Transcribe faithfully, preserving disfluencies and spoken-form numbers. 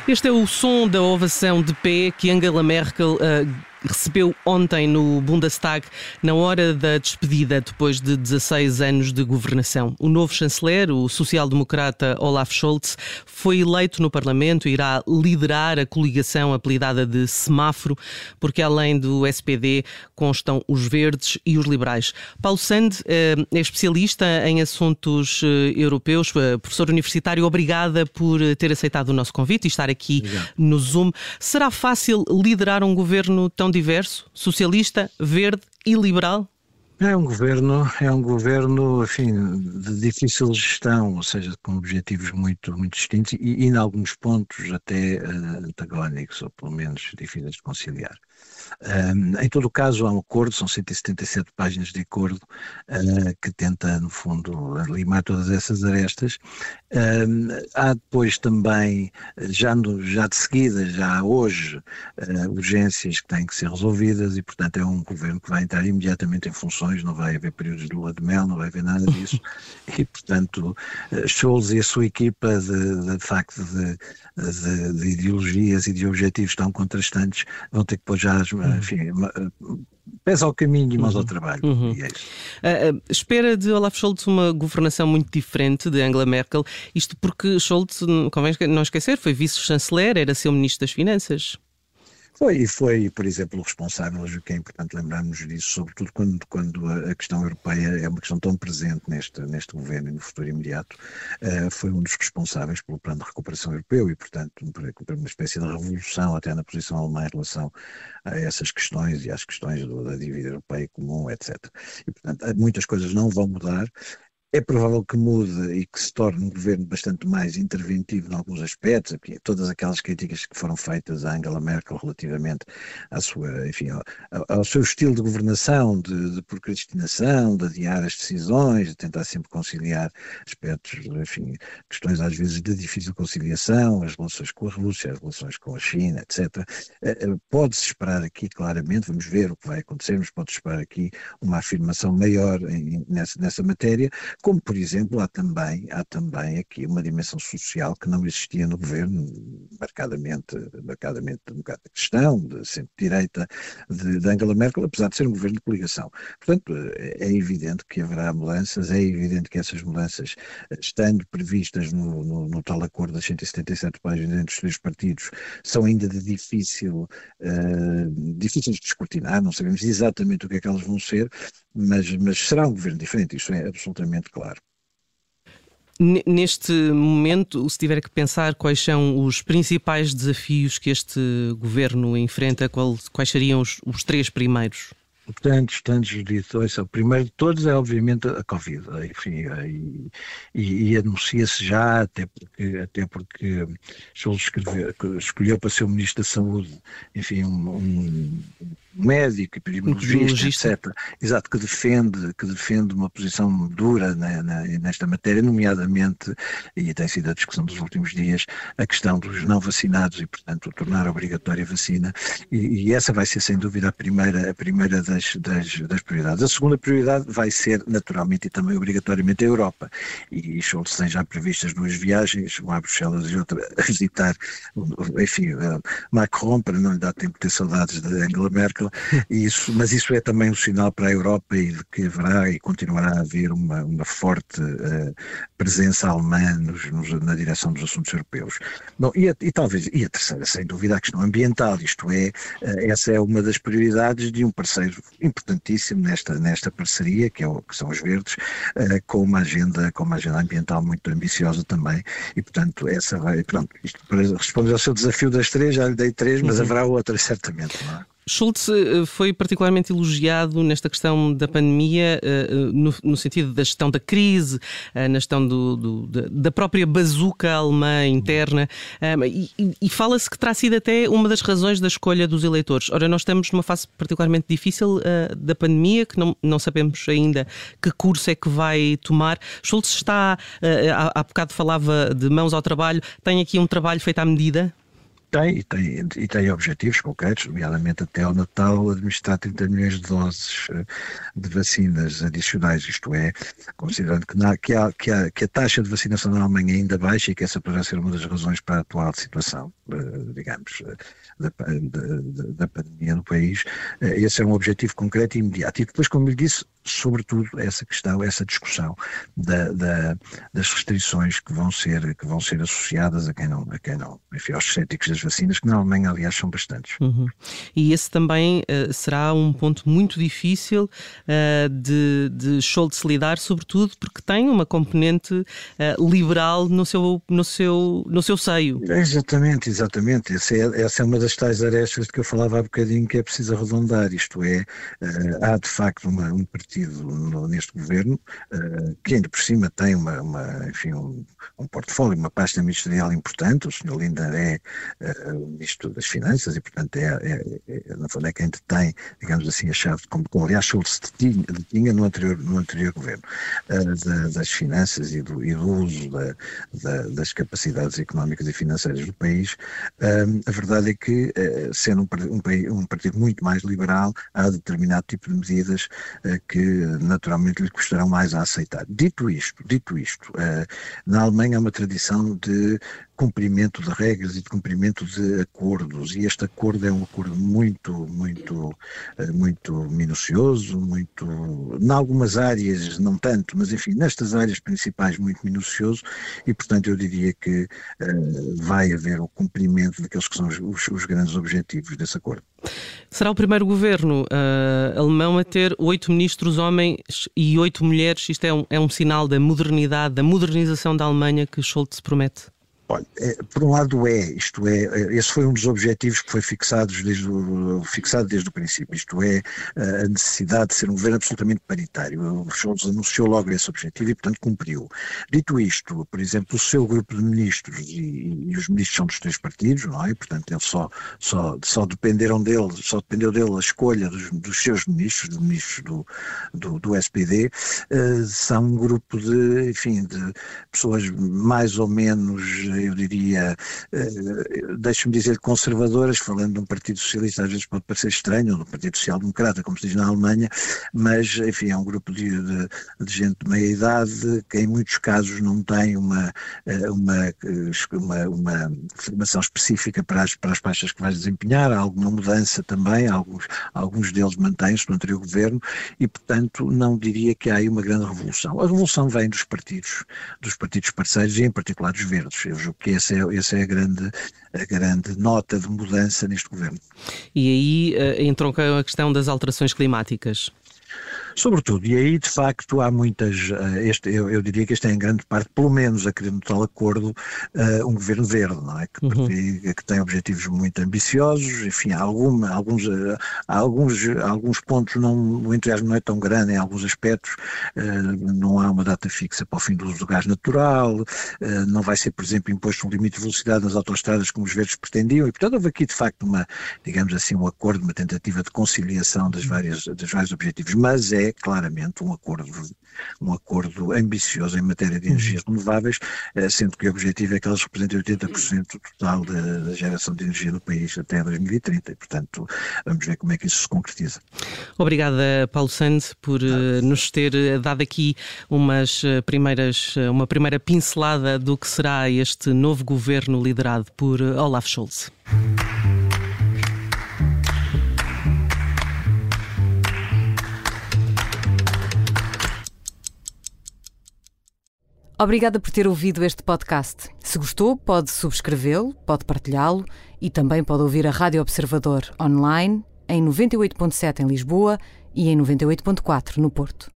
Este é o som da ovação de pé que Angela Merkel uh, recebeu ontem no Bundestag, na hora da despedida depois de dezasseis anos de governação. O novo chanceler, o social-democrata Olaf Scholz, foi eleito no Parlamento e irá liderar a coligação apelidada de Semáforo, porque além do S P D constam os Verdes e os Liberais. Paulo Sande é especialista em assuntos europeus, professor universitário. Obrigada por ter aceitado o nosso convite e estar aqui Obrigado. No Zoom. Será fácil liderar um governo tão diverso, socialista, verde e liberal? É um governo, é um governo, enfim, de difícil gestão, ou seja, com objetivos muito, muito distintos e, e em alguns pontos até uh, antagónicos, ou pelo menos difíceis de conciliar. Um, em todo o caso, há um acordo, são cento e setenta e sete páginas de acordo uh, que tenta, no fundo, limar todas essas arestas. Um, há depois também, já, no, já de seguida, já hoje, uh, urgências que têm que ser resolvidas e, portanto, é um governo que vai entrar imediatamente em funções, não vai haver períodos de lua de mel, não vai haver nada disso. E, portanto, uh, Scholz e a sua equipa, de, de, de facto, de, de, de ideologias e de objetivos tão contrastantes, vão ter que pôr já as enfim, pés ao caminho e mãos ao trabalho. Uhum. E é isso. Uh, uh, espera de Olaf Scholz uma governação muito diferente de Angela Merkel, isto porque Scholz, convém não esquecer, foi vice-chanceler, era seu ministro das Finanças. Foi, e foi, por exemplo, o responsável, acho que é importante lembrarmos disso, sobretudo quando, quando a questão europeia é uma questão tão presente neste, neste governo e no futuro imediato, uh, foi um dos responsáveis pelo plano de recuperação europeu e, portanto, por uma espécie de revolução até na posição alemã em relação a essas questões e às questões do, da dívida europeia comum, etcétera. E, portanto, muitas coisas não vão mudar. É provável que mude e que se torne um governo bastante mais interventivo em alguns aspectos, todas aquelas críticas que foram feitas a Angela Merkel relativamente à sua, enfim, ao, ao seu estilo de governação, de, de procrastinação, de adiar as decisões, de tentar sempre conciliar aspectos, enfim, questões às vezes de difícil conciliação, as relações com a Rússia, as relações com a China, etcétera. Pode-se esperar aqui claramente, vamos ver o que vai acontecer, mas pode-se esperar aqui uma afirmação maior em, nessa, nessa matéria. Como, por exemplo, há também, há também aqui uma dimensão social que não existia no governo, marcadamente, marcadamente democrata cristão, de centro-direita, de, de Angela Merkel, apesar de ser um governo de coligação. Portanto, é evidente que haverá mudanças, é evidente que essas mudanças, estando previstas no, no, no tal acordo das cento e setenta e sete páginas entre os três partidos, são ainda de difícil, uh, difíceis de escrutinar, não sabemos exatamente o que é que elas vão ser, mas, mas será um governo diferente, isso é absolutamente claro. Neste momento, se tiver que pensar quais são os principais desafios que este governo enfrenta, quais seriam os, os três primeiros? Tantos, tantos, Judito. O primeiro de todos é, obviamente, a Covid. Enfim, e, e, e anuncia-se já, até porque, até porque Scholz escolheu para ser o Ministro da Saúde, enfim, um, um médico, epidemiologista, etcétera. Exato, que defende, que defende uma posição dura na, na, nesta matéria, nomeadamente, e tem sido a discussão dos últimos dias, a questão dos não vacinados e, portanto, tornar obrigatória a vacina. E, e essa vai ser, sem dúvida, a primeira, a primeira das Das, das prioridades. A segunda prioridade vai ser, naturalmente, e também obrigatoriamente, a Europa. E Scholz tem já previstas duas viagens, uma a Bruxelas e outra a visitar, enfim, Macron, para não lhe dar tempo de ter saudades de Angela Merkel, e isso, mas isso é também um sinal para a Europa e de que haverá e continuará a haver uma, uma forte uh, presença alemã nos, nos, na direção dos assuntos europeus. Bom, e, a, e talvez, e a terceira, sem dúvida, a questão ambiental, isto é, uh, essa é uma das prioridades de um parceiro importantíssimo nesta, nesta parceria, que, é o, que são os Verdes, uh, com, uma agenda, com uma agenda ambiental muito ambiciosa também, e portanto essa vai, pronto, isto para responder ao seu desafio das três, já lhe dei três, mas uhum. haverá outras certamente, não é? Scholz foi particularmente elogiado nesta questão da pandemia, no, no sentido da gestão da crise, na gestão do, do, da própria bazuca alemã interna, e, e fala-se que terá sido até uma das razões da escolha dos eleitores. Ora, nós estamos numa fase particularmente difícil uh, da pandemia, que não, não sabemos ainda que curso é que vai tomar. Scholz está, uh, há, há bocado falava de mãos ao trabalho, tem aqui um trabalho feito à medida? Tem, e tem, e tem objetivos concretos, nomeadamente até ao Natal administrar trinta milhões de doses de vacinas adicionais, isto é, considerando que, na, que, há, que, há, que a taxa de vacinação na Alemanha é ainda baixa e que essa poderá ser uma das razões para a atual situação, digamos, da, da, da pandemia no país. Esse é um objetivo concreto e imediato. E depois, como lhe disse, sobretudo essa questão, essa discussão da, da, das restrições que vão ser, que vão ser associadas a quem não, a quem não, enfim, aos céticos das vacinas, que na Alemanha, aliás, são bastantes. Uhum. E esse também uh, será um ponto muito difícil uh, de, de Scholz lidar, sobretudo porque tem uma componente uh, liberal no seu, no, seu, no seu seio. Exatamente, exatamente. Essa é, essa é uma das tais arestas de que eu falava há bocadinho, que é preciso arredondar. Isto é, uh, há de facto uma, um partido no, neste governo uh, que ainda por cima tem uma, uma, enfim, um, um portfólio, uma pasta ministerial importante. O senhor Lindner é uh, o ministro das Finanças e, portanto, é, é, é, na fundo é quem detém, digamos assim, a chave, como, como aliás Scholz tinha, tinha no anterior, no anterior governo, uh, da, das finanças e do, e do uso da, da, das capacidades económicas e financeiras do país. Uh, a verdade é que, uh, sendo um, um, um partido muito mais liberal, há determinado tipo de medidas uh, que naturalmente lhe custarão mais a aceitar. Dito isto, dito isto, uh, na Alemanha há uma tradição de cumprimento de regras e de cumprimento de acordos, e este acordo é um acordo muito, muito, muito minucioso, muito, em algumas áreas não tanto, mas enfim, nestas áreas principais muito minucioso, e portanto eu diria que uh, vai haver o cumprimento daqueles que são os, os, os grandes objetivos desse acordo. Será o primeiro governo uh, alemão a ter oito ministros homens e oito mulheres. Isto é um, é um sinal da modernidade, da modernização da Alemanha que Scholz promete? Olha, é, por um lado é, isto é, esse foi um dos objetivos que foi fixados desde o, fixado desde o princípio, isto é, a necessidade de ser um governo absolutamente paritário. O Scholz anunciou logo esse objetivo e, portanto, cumpriu. Dito isto, por exemplo, o seu grupo de ministros, e, e os ministros são dos três partidos, não é? Portanto, eles só, só, só dependeram dele, só dependeu dele a escolha dos, dos seus ministros, dos ministros do, do, do S P D, uh, são um grupo de, enfim, de pessoas mais ou menos, eu diria, uh, deixe-me dizer conservadoras, falando de um partido socialista, às vezes pode parecer estranho, ou de um partido social-democrata, como se diz na Alemanha, mas, enfim, é um grupo de, de, de gente de meia idade, que em muitos casos não tem uma, uma, uma, uma formação específica para as, para as pastas que vai desempenhar. Há alguma mudança também, alguns, alguns deles mantêm-se no anterior governo, e, portanto, não diria que há aí uma grande revolução. A revolução vem dos partidos, dos partidos parceiros, e em particular dos verdes. Eu julgo que essa é, essa é a, grande, a grande nota de mudança neste governo. E aí uh, entrou a questão das alterações climáticas. Sobretudo, e aí de facto há muitas, este, eu, eu diria que este é em grande parte, pelo menos a querer no tal acordo, uh, um governo verde, não é? Que, uhum. que tem objetivos muito ambiciosos, enfim, há, alguma, alguns, há alguns, alguns pontos, não, o entusiasmo não é tão grande em alguns aspectos, uh, não há uma data fixa para o fim do uso do gás natural, uh, não vai ser, por exemplo, imposto um limite de velocidade nas autoestradas como os verdes pretendiam, e portanto houve aqui de facto uma, digamos assim, um acordo, uma tentativa de conciliação das várias, dos vários objetivos, mas é claramente um acordo, um acordo ambicioso em matéria de energias renováveis, sendo que o objetivo é que elas representem oitenta por cento do total da, da geração de energia do país até dois mil e trinta, e portanto vamos ver como é que isso se concretiza. Obrigada, Paulo Sanz, por uh, nos ter dado aqui umas primeiras, uma primeira pincelada do que será este novo governo liderado por Olaf Scholz. Obrigada por ter ouvido este podcast. Se gostou, pode subscrevê-lo, pode partilhá-lo e também pode ouvir a Rádio Observador online em noventa e oito ponto sete em Lisboa e em noventa e oito ponto quatro no Porto.